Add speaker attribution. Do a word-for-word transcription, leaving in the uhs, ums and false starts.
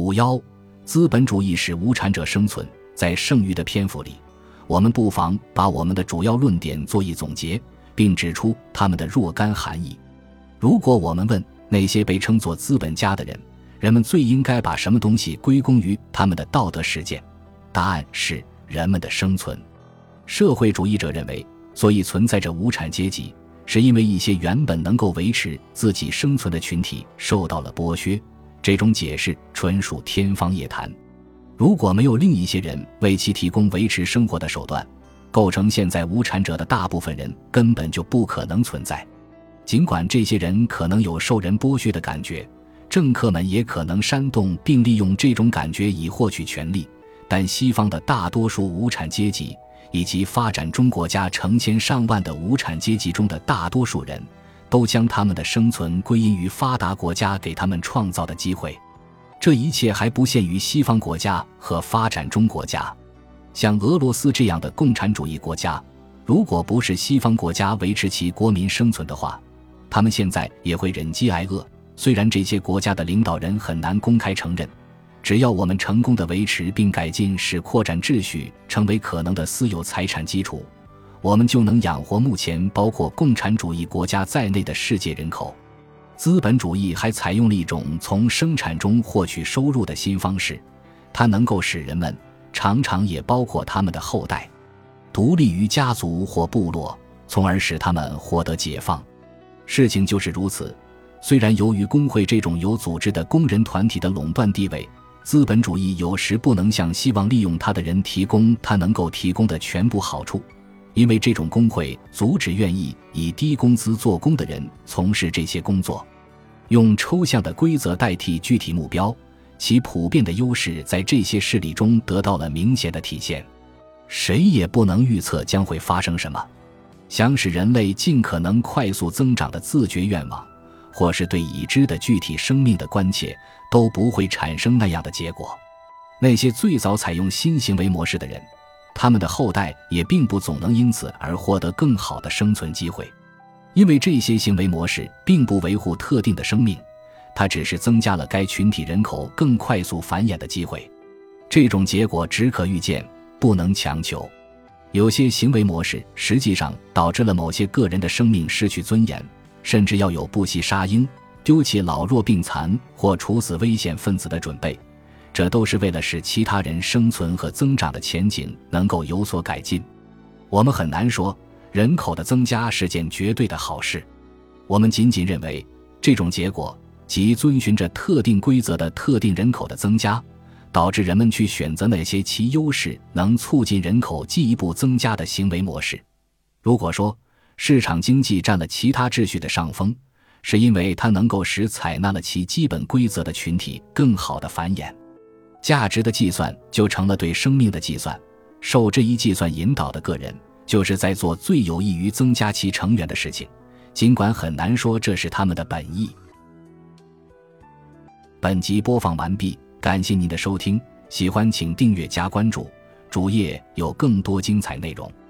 Speaker 1: 五幺，资本主义使无产者生存。在剩余的篇幅里，我们不妨把我们的主要论点做一总结，并指出它们的若干含义。如果我们问那些被称作资本家的人，人们最应该把什么东西归功于他们的道德实践？答案是人们的生存。社会主义者认为，所以存在着无产阶级，是因为一些原本能够维持自己生存的群体受到了剥削。这种解释纯属天方夜谭。如果没有另一些人为其提供维持生活的手段，构成现在无产者的大部分人根本就不可能存在。尽管这些人可能有受人剥削的感觉，政客们也可能煽动并利用这种感觉以获取权力，但西方的大多数无产阶级以及发展中国家成千上万的无产阶级中的大多数人，都将他们的生存归因于发达国家给他们创造的机会。这一切还不限于西方国家和发展中国家。像俄罗斯这样的共产主义国家，如果不是西方国家维持其国民生存的话，他们现在也会忍饥挨饿。虽然这些国家的领导人很难公开承认，只要我们成功地维持并改进使扩展秩序成为可能的私有财产基础，我们就能养活目前包括共产主义国家在内的世界人口。资本主义还采用了一种从生产中获取收入的新方式，它能够使人们，常常也包括他们的后代，独立于家族或部落，从而使他们获得解放。事情就是如此，虽然由于工会这种有组织的工人团体的垄断地位，资本主义有时不能向希望利用它的人提供它能够提供的全部好处，因为这种工会阻止愿意以低工资做工的人从事这些工作。用抽象的规则代替具体目标，其普遍的优势在这些事例中得到了明显的体现。谁也不能预测将会发生什么，想使人类尽可能快速增长的自觉愿望，或是对已知的具体生命的关切，都不会产生那样的结果。那些最早采用新行为模式的人，他们的后代也并不总能因此而获得更好的生存机会，因为这些行为模式并不维护特定的生命，它只是增加了该群体人口更快速繁衍的机会。这种结果只可预见，不能强求。有些行为模式实际上导致了某些个人的生命失去尊严，甚至要有不惜杀婴、丢弃老弱病残或处死危险分子的准备，这都是为了使其他人生存和增长的前景能够有所改进。我们很难说人口的增加是件绝对的好事，我们仅仅认为这种结果，即遵循着特定规则的特定人口的增加，导致人们去选择那些其优势能促进人口进一步增加的行为模式。如果说市场经济占了其他秩序的上风，是因为它能够使采纳了其基本规则的群体更好的繁衍，价值的计算就成了对生命的计算，受这一计算引导的个人就是在做最有益于增加其成员的事情，尽管很难说这是他们的本意。本集播放完毕，感谢您的收听，喜欢请订阅加关注，主页有更多精彩内容。